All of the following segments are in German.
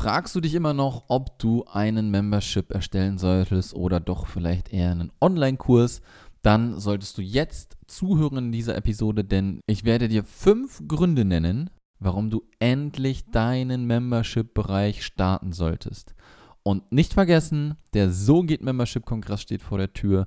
Fragst du dich immer noch, ob du einen Membership erstellen solltest oder doch vielleicht eher einen Online-Kurs? Dann solltest du jetzt zuhören in dieser Episode, denn ich werde dir 5 Gründe nennen, warum du endlich deinen Membership-Bereich starten solltest. Und nicht vergessen, der So geht Membership-Kongress steht vor der Tür.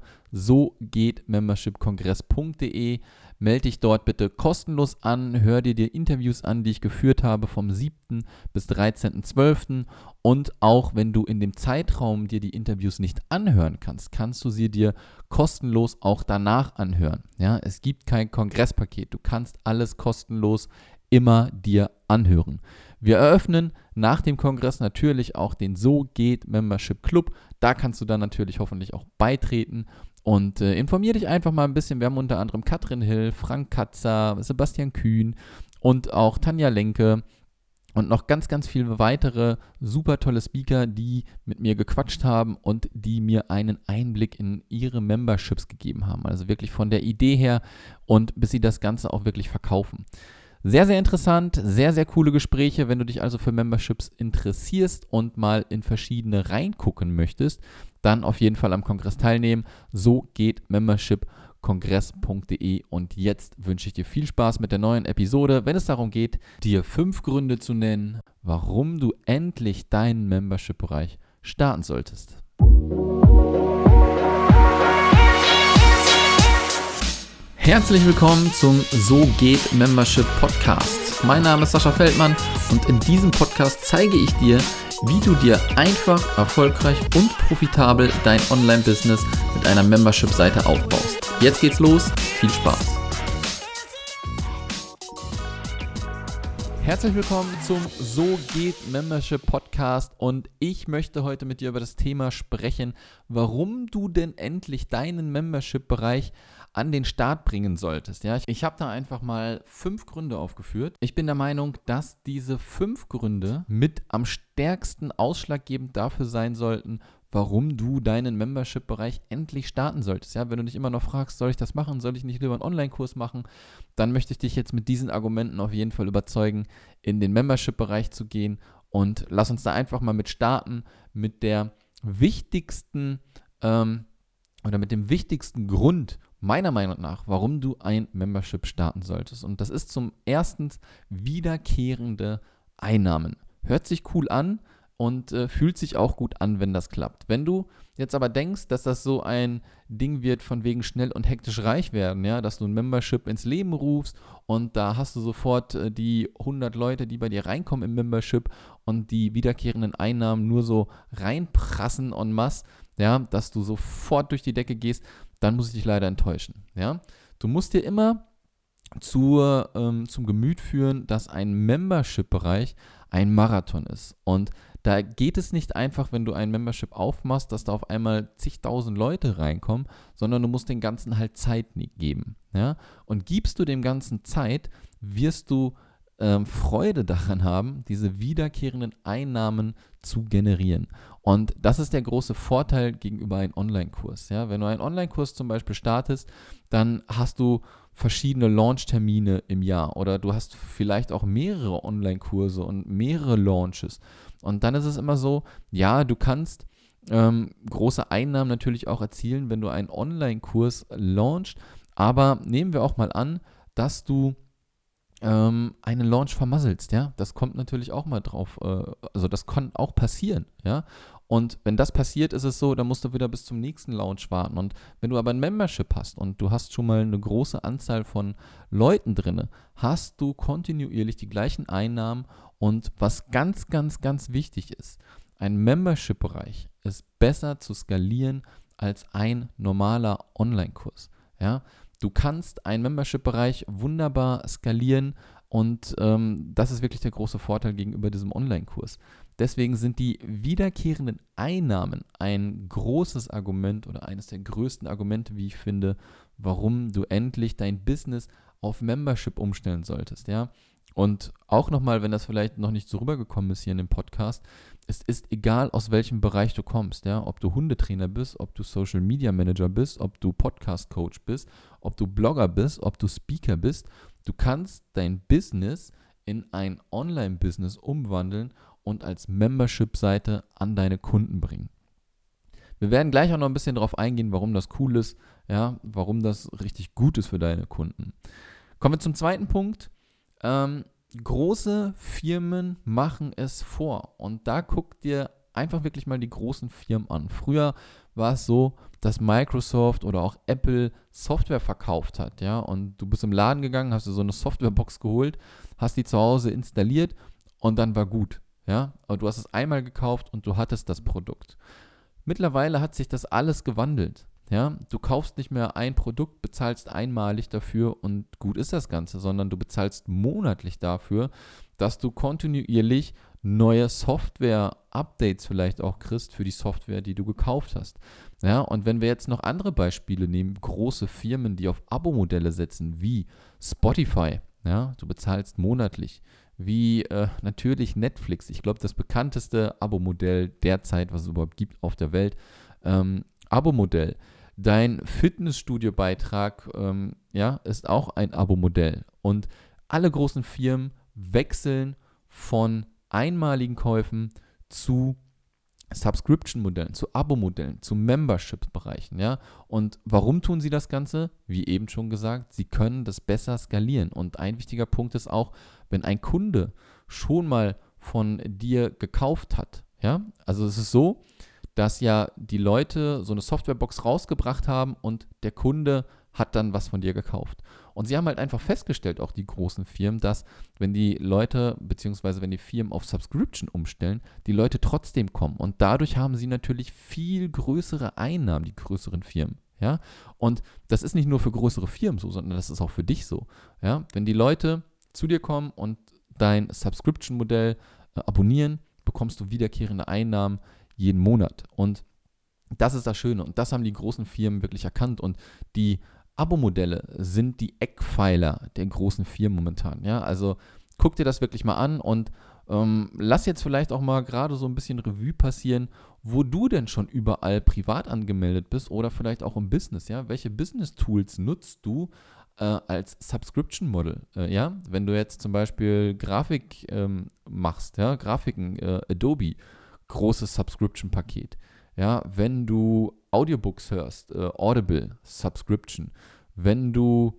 sogehtmembershipkongress.de. Melde dich dort bitte kostenlos an, hör dir die Interviews an, die ich geführt habe vom 7. bis 13.12. Und auch wenn du in dem Zeitraum dir die Interviews nicht anhören kannst, kannst du sie dir kostenlos auch danach anhören. Ja, es gibt kein Kongresspaket, du kannst alles kostenlos immer dir anhören. Wir eröffnen nach dem Kongress natürlich auch den So geht Membership Club. Da kannst du dann natürlich hoffentlich auch beitreten und informier dich einfach mal ein bisschen. Wir haben unter anderem Katrin Hill, Frank Katzer, Sebastian Kühn und auch Tanja Lenke und noch ganz, ganz viele weitere super tolle Speaker, die mit mir gequatscht haben und die mir einen Einblick in ihre Memberships gegeben haben. Also wirklich von der Idee her und bis sie das Ganze auch wirklich verkaufen. Sehr, sehr interessant, sehr, sehr coole Gespräche. Wenn du dich also für Memberships interessierst und mal in verschiedene reingucken möchtest, dann auf jeden Fall am Kongress teilnehmen. So geht membershipkongress.de. Und jetzt wünsche ich dir viel Spaß mit der neuen Episode, wenn es darum geht, dir 5 Gründe zu nennen, warum du endlich deinen Membership-Bereich starten solltest. Herzlich willkommen zum So geht Membership Podcast. Mein Name ist Sascha Feldmann und in diesem Podcast zeige ich dir, wie du dir einfach, erfolgreich und profitabel dein Online-Business mit einer Membership-Seite aufbaust. Jetzt geht's los, viel Spaß! Herzlich willkommen zum So geht Membership Podcast und ich möchte heute mit dir über das Thema sprechen, warum du denn endlich deinen Membership-Bereich an den Start bringen solltest. Ja, ich habe da einfach mal 5 Gründe aufgeführt. Ich bin der Meinung, dass diese 5 Gründe mit am stärksten ausschlaggebend dafür sein sollten, warum du deinen Membership-Bereich endlich starten solltest. Ja, wenn du dich immer noch fragst, soll ich das machen, soll ich nicht lieber einen Online-Kurs machen, dann möchte ich dich jetzt mit diesen Argumenten auf jeden Fall überzeugen, in den Membership-Bereich zu gehen und lass uns da einfach mal mit starten, mit der wichtigsten oder mit dem wichtigsten Grund, meiner Meinung nach, warum du ein Membership starten solltest. Und das ist zum ersten wiederkehrende Einnahmen. Hört sich cool an und fühlt sich auch gut an, wenn das klappt. Wenn du jetzt aber denkst, dass das so ein Ding wird von wegen schnell und hektisch reich werden, ja, dass du ein Membership ins Leben rufst und da hast du sofort die 100 Leute, die bei dir reinkommen im Membership und die wiederkehrenden Einnahmen nur so reinprassen en masse, ja, dass du sofort durch die Decke gehst, dann muss ich dich leider enttäuschen. Ja? Du musst dir immer zum Gemüt führen, dass ein Membership-Bereich ein Marathon ist. Und da geht es nicht einfach, wenn du ein Membership aufmachst, dass da auf einmal zigtausend Leute reinkommen, sondern du musst den Ganzen halt Zeit geben. Ja? Und gibst du dem Ganzen Zeit, wirst du Freude daran haben, diese wiederkehrenden Einnahmen zu generieren. Und das ist der große Vorteil gegenüber einem Online-Kurs. Ja? Wenn du einen Online-Kurs zum Beispiel startest, dann hast du verschiedene Launch-Termine im Jahr oder du hast vielleicht auch mehrere Online-Kurse und mehrere Launches. Und dann ist es immer so, ja, du kannst große Einnahmen natürlich auch erzielen, wenn du einen Online-Kurs launchst, aber nehmen wir auch mal an, dass du einen Launch vermasselst, ja, das kommt natürlich auch mal drauf, also das kann auch passieren, ja, und wenn das passiert, ist es so, dann musst du wieder bis zum nächsten Launch warten und wenn du aber ein Membership hast und du hast schon mal eine große Anzahl von Leuten drin, hast du kontinuierlich die gleichen Einnahmen und was ganz, ganz, ganz wichtig ist, ein Membership-Bereich ist besser zu skalieren als ein normaler Online-Kurs, ja. Du kannst einen Membership-Bereich wunderbar skalieren und das ist wirklich der große Vorteil gegenüber diesem Online-Kurs. Deswegen sind die wiederkehrenden Einnahmen ein großes Argument oder eines der größten Argumente, wie ich finde, warum du endlich dein Business auf Membership umstellen solltest, ja. Und auch nochmal, wenn das vielleicht noch nicht so rübergekommen ist hier in dem Podcast, es ist egal, aus welchem Bereich du kommst, ja, ob du Hundetrainer bist, ob du Social Media Manager bist, ob du Podcast Coach bist, ob du Blogger bist, ob du Speaker bist, du kannst dein Business in ein Online-Business umwandeln und als Membership-Seite an deine Kunden bringen. Wir werden gleich auch noch ein bisschen darauf eingehen, warum das cool ist, ja, warum das richtig gut ist für deine Kunden. Kommen wir zum zweiten Punkt. Große Firmen machen es vor und da guck dir einfach wirklich mal die großen Firmen an. Früher war es so, dass Microsoft oder auch Apple Software verkauft hat, ja, und du bist im Laden gegangen, hast dir so eine Softwarebox geholt, hast die zu Hause installiert und dann war gut, ja, aber du hast es einmal gekauft und du hattest das Produkt. Mittlerweile hat sich das alles gewandelt. Ja, du kaufst nicht mehr ein Produkt, bezahlst einmalig dafür und gut ist das Ganze, sondern du bezahlst monatlich dafür, dass du kontinuierlich neue Software-Updates vielleicht auch kriegst für die Software, die du gekauft hast. Ja, und wenn wir jetzt noch andere Beispiele nehmen, große Firmen, die auf Abo-Modelle setzen, wie Spotify, ja, du bezahlst monatlich, wie natürlich Netflix, ich glaube das bekannteste Abo-Modell derzeit, was es überhaupt gibt auf der Welt, Abo-Modell. Dein Fitnessstudio-Beitrag ist auch ein Abo-Modell. Und alle großen Firmen wechseln von einmaligen Käufen zu Subscription-Modellen, zu Abo-Modellen, zu Membership-Bereichen. Ja? Und warum tun sie das Ganze? Wie eben schon gesagt, sie können das besser skalieren. Und ein wichtiger Punkt ist auch, wenn ein Kunde schon mal von dir gekauft hat. Ja? Also es ist so, dass ja die Leute so eine Softwarebox rausgebracht haben und der Kunde hat dann was von dir gekauft. Und sie haben halt einfach festgestellt, auch die großen Firmen, dass wenn die Leute, beziehungsweise wenn die Firmen auf Subscription umstellen, die Leute trotzdem kommen. Und dadurch haben sie natürlich viel größere Einnahmen, die größeren Firmen. Ja? Und das ist nicht nur für größere Firmen so, sondern das ist auch für dich so. Ja? Wenn die Leute zu dir kommen und dein Subscription-Modell abonnieren, bekommst du wiederkehrende Einnahmen jeden Monat. Und das ist das Schöne. Und das haben die großen Firmen wirklich erkannt. Und die Abo-Modelle sind die Eckpfeiler der großen Firmen momentan. Ja? Also guck dir das wirklich mal an und lass jetzt vielleicht auch mal gerade so ein bisschen Revue passieren, wo du denn schon überall privat angemeldet bist oder vielleicht auch im Business. Ja? Welche Business-Tools nutzt du als Subscription-Model? Ja? Wenn du jetzt zum Beispiel Grafik machst, ja? Grafiken, Adobe, großes Subscription-Paket. Ja, wenn du Audiobooks hörst, Audible, Subscription. Wenn du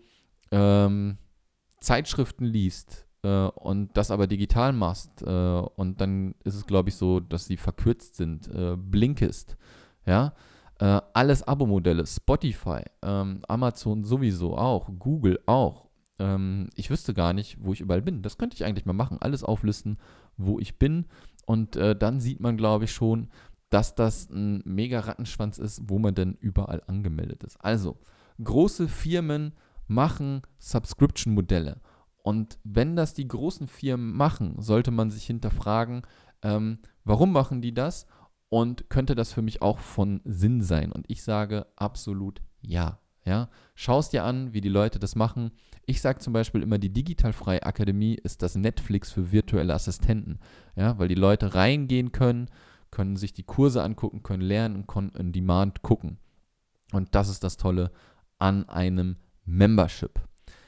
Zeitschriften liest und das aber digital machst und dann ist es, glaube ich, so, dass sie verkürzt sind, Blinkist, ja, alles Abo-Modelle, Spotify, Amazon sowieso auch, Google auch. Ich wüsste gar nicht, wo ich überall bin. Das könnte ich eigentlich mal machen, alles auflisten, wo ich bin. Und dann sieht man, glaube ich, schon, dass das ein mega Rattenschwanz ist, wo man denn überall angemeldet ist. Also, große Firmen machen Subscription-Modelle. Und wenn das die großen Firmen machen, sollte man sich hinterfragen, warum machen die das? Und könnte das für mich auch von Sinn sein? Und ich sage absolut ja. Ja? Schau es dir an, wie die Leute das machen. Ich sage zum Beispiel immer, die Digitalfreie Akademie ist das Netflix für virtuelle Assistenten. Ja? Weil die Leute reingehen können sich die Kurse angucken, können lernen und können on Demand gucken. Und das ist das Tolle an einem Membership.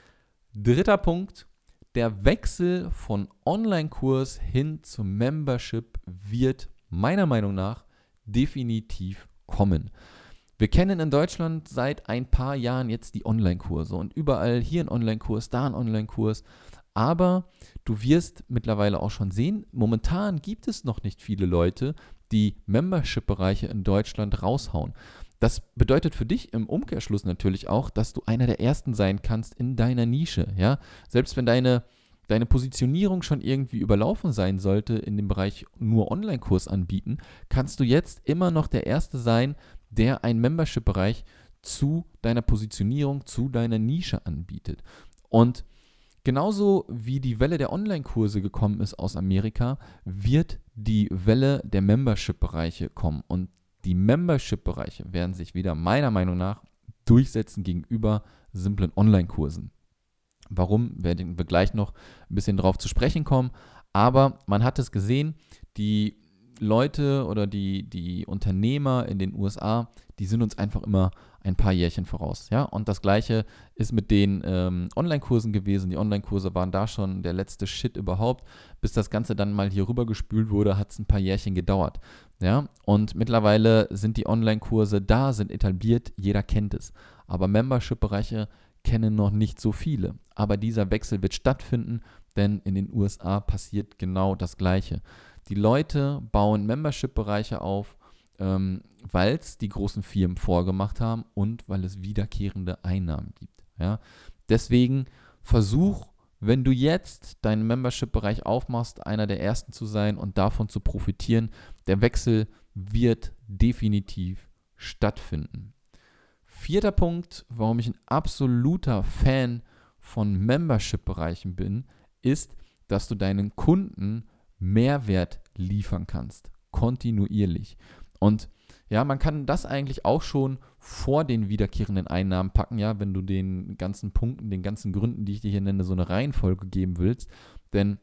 Dritter Punkt, der Wechsel von Online-Kurs hin zum Membership wird meiner Meinung nach definitiv kommen. Wir kennen in Deutschland seit ein paar Jahren jetzt die Online-Kurse und überall hier ein Online-Kurs, da ein Online-Kurs. Aber du wirst mittlerweile auch schon sehen, momentan gibt es noch nicht viele Leute, die Membership-Bereiche in Deutschland raushauen. Das bedeutet für dich im Umkehrschluss natürlich auch, dass du einer der Ersten sein kannst in deiner Nische. Ja? Selbst wenn deine Positionierung schon irgendwie überlaufen sein sollte in dem Bereich nur Online-Kurs anbieten, kannst du jetzt immer noch der Erste sein, der einen Membership-Bereich zu deiner Positionierung, zu deiner Nische anbietet. Und genauso wie die Welle der Online-Kurse gekommen ist aus Amerika, wird die Welle der Membership-Bereiche kommen. Und die Membership-Bereiche werden sich wieder meiner Meinung nach durchsetzen gegenüber simplen Online-Kursen. Warum, werden wir gleich noch ein bisschen drauf zu sprechen kommen. Aber man hat es gesehen, die Leute oder die Unternehmer in den USA, die sind uns einfach immer ein paar Jährchen voraus. Ja? Und das Gleiche ist mit den Online-Kursen gewesen. Die Online-Kurse waren da schon der letzte Shit überhaupt. Bis das Ganze dann mal hier rüber gespült wurde, hat es ein paar Jährchen gedauert. Ja? Und mittlerweile sind die Online-Kurse da, sind etabliert, jeder kennt es. Aber Membership-Bereiche kennen noch nicht so viele. Aber dieser Wechsel wird stattfinden, denn in den USA passiert genau das Gleiche. Die Leute bauen Membership-Bereiche auf, weil es die großen Firmen vorgemacht haben und weil es wiederkehrende Einnahmen gibt. Ja? Deswegen versuch, wenn du jetzt deinen Membership-Bereich aufmachst, einer der ersten zu sein und davon zu profitieren. Der Wechsel wird definitiv stattfinden. 4. Punkt, warum ich ein absoluter Fan von Membership-Bereichen bin, ist, dass du deinen Kunden Mehrwert liefern kannst, kontinuierlich. Und ja, man kann das eigentlich auch schon vor den wiederkehrenden Einnahmen packen, ja, wenn du den ganzen Punkten, den ganzen Gründen, die ich dir hier nenne, so eine Reihenfolge geben willst. Denn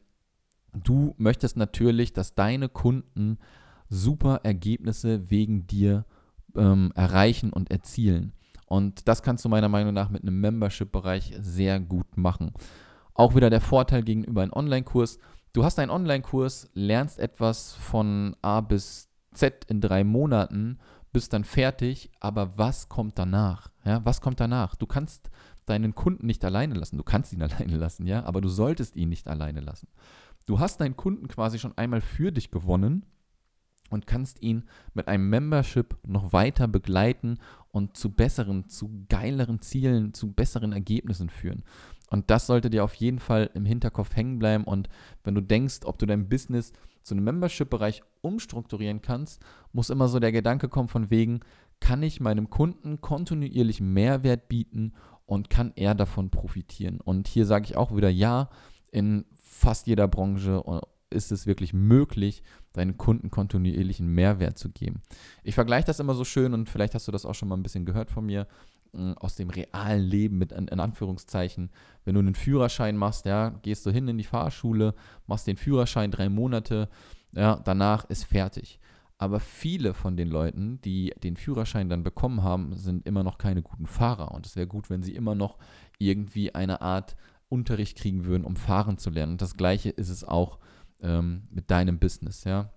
du möchtest natürlich, dass deine Kunden super Ergebnisse wegen dir erreichen und erzielen. Und das kannst du meiner Meinung nach mit einem Membership-Bereich sehr gut machen. Auch wieder der Vorteil gegenüber einem Online-Kurs. Du hast einen Online-Kurs, lernst etwas von A bis Z in 3 Monaten, bist dann fertig, aber was kommt danach? Ja, was kommt danach? Du kannst deinen Kunden nicht alleine lassen. Du kannst ihn alleine lassen, ja, aber du solltest ihn nicht alleine lassen. Du hast deinen Kunden quasi schon einmal für dich gewonnen und kannst ihn mit einem Membership noch weiter begleiten und zu besseren, zu geileren Zielen, zu besseren Ergebnissen führen. Und das sollte dir auf jeden Fall im Hinterkopf hängen bleiben. Und wenn du denkst, ob du dein Business zu einem Membership-Bereich umstrukturieren kannst, muss immer so der Gedanke kommen von wegen, kann ich meinem Kunden kontinuierlich Mehrwert bieten und kann er davon profitieren? Und hier sage ich auch wieder, ja, in fast jeder Branche ist es wirklich möglich, deinen Kunden kontinuierlichen Mehrwert zu geben. Ich vergleiche das immer so schön und vielleicht hast du das auch schon mal ein bisschen gehört von mir, aus dem realen Leben mit in Anführungszeichen. Wenn du einen Führerschein machst, ja, gehst du hin in die Fahrschule, machst den Führerschein 3 Monate, ja, danach ist fertig. Aber viele von den Leuten, die den Führerschein dann bekommen haben, sind immer noch keine guten Fahrer. Und es wäre gut, wenn sie immer noch irgendwie eine Art Unterricht kriegen würden, um fahren zu lernen. Und das Gleiche ist es auch mit deinem Business, ja.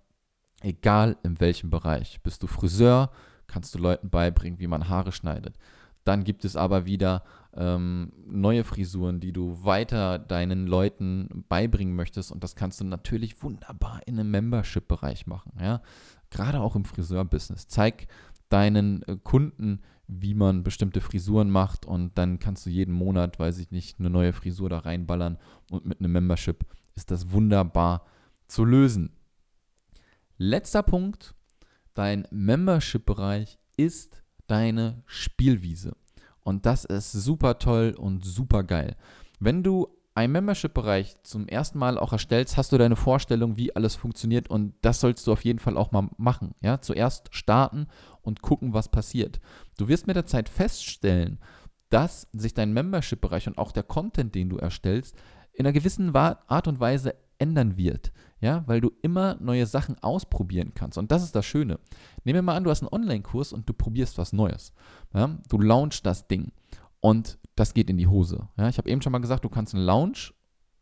Egal in welchem Bereich. Bist du Friseur, kannst du Leuten beibringen, wie man Haare schneidet. Dann gibt es aber wieder neue Frisuren, die du weiter deinen Leuten beibringen möchtest. Und das kannst du natürlich wunderbar in einem Membership-Bereich machen, ja. Gerade auch im Friseur-Business. Zeig deinen Kunden, wie man bestimmte Frisuren macht und dann kannst du jeden Monat, weiß ich nicht, eine neue Frisur da reinballern und mit einem Membership ist das wunderbar zu lösen. Letzter Punkt, dein Membership-Bereich ist deine Spielwiese und das ist super toll und super geil. Wenn du einen Membership-Bereich zum ersten Mal auch erstellst, hast du deine Vorstellung, wie alles funktioniert und das sollst du auf jeden Fall auch mal machen. Ja? Zuerst starten und gucken, was passiert. Du wirst mit der Zeit feststellen, dass sich dein Membership-Bereich und auch der Content, den du erstellst, in einer gewissen Art und Weise ändern wird, ja, weil du immer neue Sachen ausprobieren kannst und das ist das Schöne. Nehmen wir mal an, du hast einen Online-Kurs und du probierst was Neues, ja? Du launchst das Ding und das geht in die Hose. Ja? Ich habe eben schon mal gesagt, du kannst einen Launch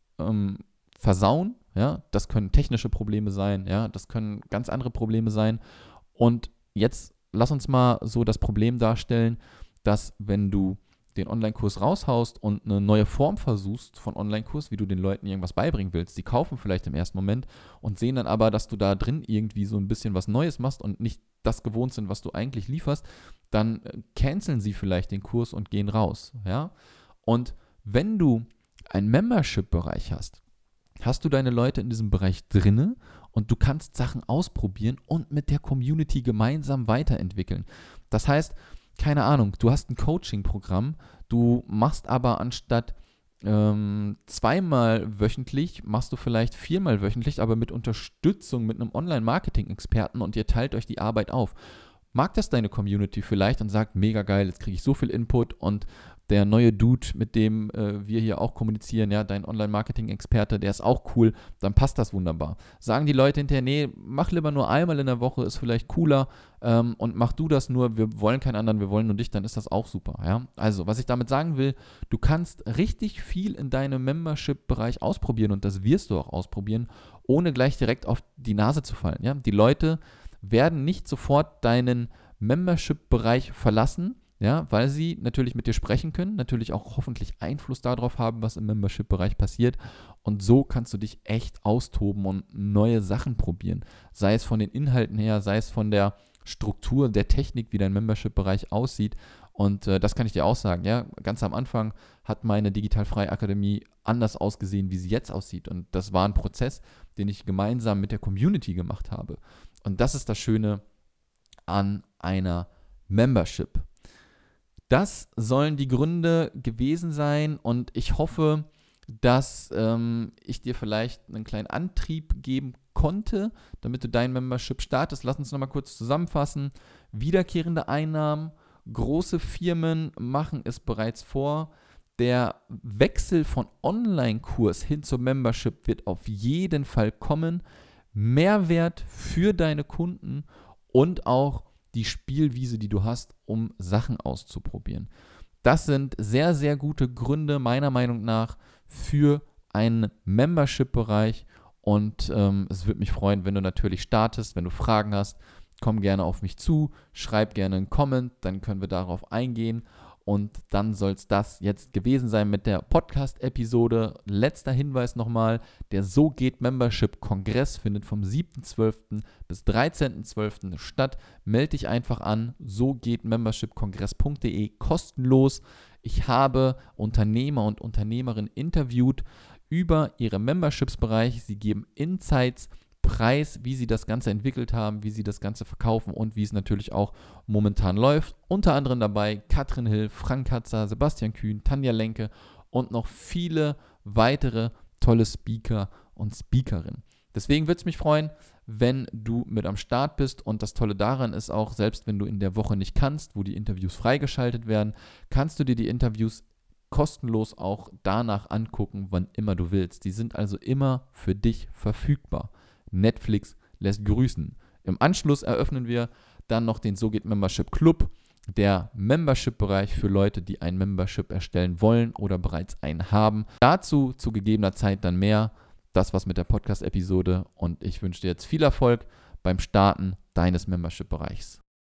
versauen, ja? Das können technische Probleme sein, ja? Das können ganz andere Probleme sein und jetzt lass uns mal so das Problem darstellen, dass wenn du den Online-Kurs raushaust und eine neue Form versuchst von Online-Kurs, wie du den Leuten irgendwas beibringen willst. Die kaufen vielleicht im ersten Moment und sehen dann aber, dass du da drin irgendwie so ein bisschen was Neues machst und nicht das gewohnt sind, was du eigentlich lieferst, dann canceln sie vielleicht den Kurs und gehen raus. Ja? Und wenn du einen Membership-Bereich hast, hast du deine Leute in diesem Bereich drinne und du kannst Sachen ausprobieren und mit der Community gemeinsam weiterentwickeln. Das heißt, keine Ahnung, du hast ein Coaching-Programm, du machst aber anstatt 2-mal wöchentlich, machst du vielleicht 4-mal wöchentlich, aber mit Unterstützung mit einem Online-Marketing-Experten und ihr teilt euch die Arbeit auf. Mag das deine Community vielleicht und sagt, mega geil, jetzt kriege ich so viel Input und der neue Dude, mit dem wir hier auch kommunizieren, ja, dein Online-Marketing-Experte, der ist auch cool, dann passt das wunderbar. Sagen die Leute hinterher, nee, mach lieber nur einmal in der Woche, ist vielleicht cooler, und mach du das nur, wir wollen keinen anderen, wir wollen nur dich, dann ist das auch super, ja. Also, was ich damit sagen will, du kannst richtig viel in deinem Membership-Bereich ausprobieren und das wirst du auch ausprobieren, ohne gleich direkt auf die Nase zu fallen, ja. Die Leute werden nicht sofort deinen Membership-Bereich verlassen, ja, weil sie natürlich mit dir sprechen können, natürlich auch hoffentlich Einfluss darauf haben, was im Membership-Bereich passiert. Und so kannst du dich echt austoben und neue Sachen probieren. Sei es von den Inhalten her, sei es von der Struktur, der Technik, wie dein Membership-Bereich aussieht. Und das kann ich dir auch sagen, ja, ganz am Anfang hat meine Digitalfrei Akademie anders ausgesehen, wie sie jetzt aussieht. Und das war ein Prozess, den ich gemeinsam mit der Community gemacht habe. Und das ist das Schöne an einer Membership. Das sollen die Gründe gewesen sein und ich hoffe, dass ich dir vielleicht einen kleinen Antrieb geben konnte, damit du dein Membership startest. Lass uns nochmal kurz zusammenfassen. Wiederkehrende Einnahmen, große Firmen machen es bereits vor. Der Wechsel von Online-Kurs hin zur Membership wird auf jeden Fall kommen. Mehrwert für deine Kunden und auch die Spielwiese, die du hast, um Sachen auszuprobieren. Das sind sehr, sehr gute Gründe meiner Meinung nach für einen Membership-Bereich und es würde mich freuen, wenn du natürlich startest, wenn du Fragen hast, komm gerne auf mich zu, schreib gerne einen Comment, dann können wir darauf eingehen. Und dann soll es das jetzt gewesen sein mit der Podcast-Episode. Letzter Hinweis nochmal, der So geht Membership-Kongress findet vom 7.12. bis 13.12. statt. Melde dich einfach an, sogehtmembershipkongress.de, kostenlos. Ich habe Unternehmer und Unternehmerinnen interviewt über ihre Memberships-Bereich. Sie geben Insights, Preis, wie sie das Ganze entwickelt haben, wie sie das Ganze verkaufen und wie es natürlich auch momentan läuft. Unter anderem dabei Katrin Hill, Frank Katzer, Sebastian Kühn, Tanja Lenke und noch viele weitere tolle Speaker und Speakerinnen. Deswegen würde es mich freuen, wenn du mit am Start bist und das Tolle daran ist auch, selbst wenn du in der Woche nicht kannst, wo die Interviews freigeschaltet werden, kannst du dir die Interviews kostenlos auch danach angucken, wann immer du willst. Die sind also immer für dich verfügbar. Netflix lässt grüßen. Im Anschluss eröffnen wir dann noch den So geht Membership Club, der Membership-Bereich für Leute, die ein Membership erstellen wollen oder bereits einen haben. Dazu zu gegebener Zeit dann mehr. Das war's mit der Podcast-Episode und ich wünsche dir jetzt viel Erfolg beim Starten deines Membership-Bereichs.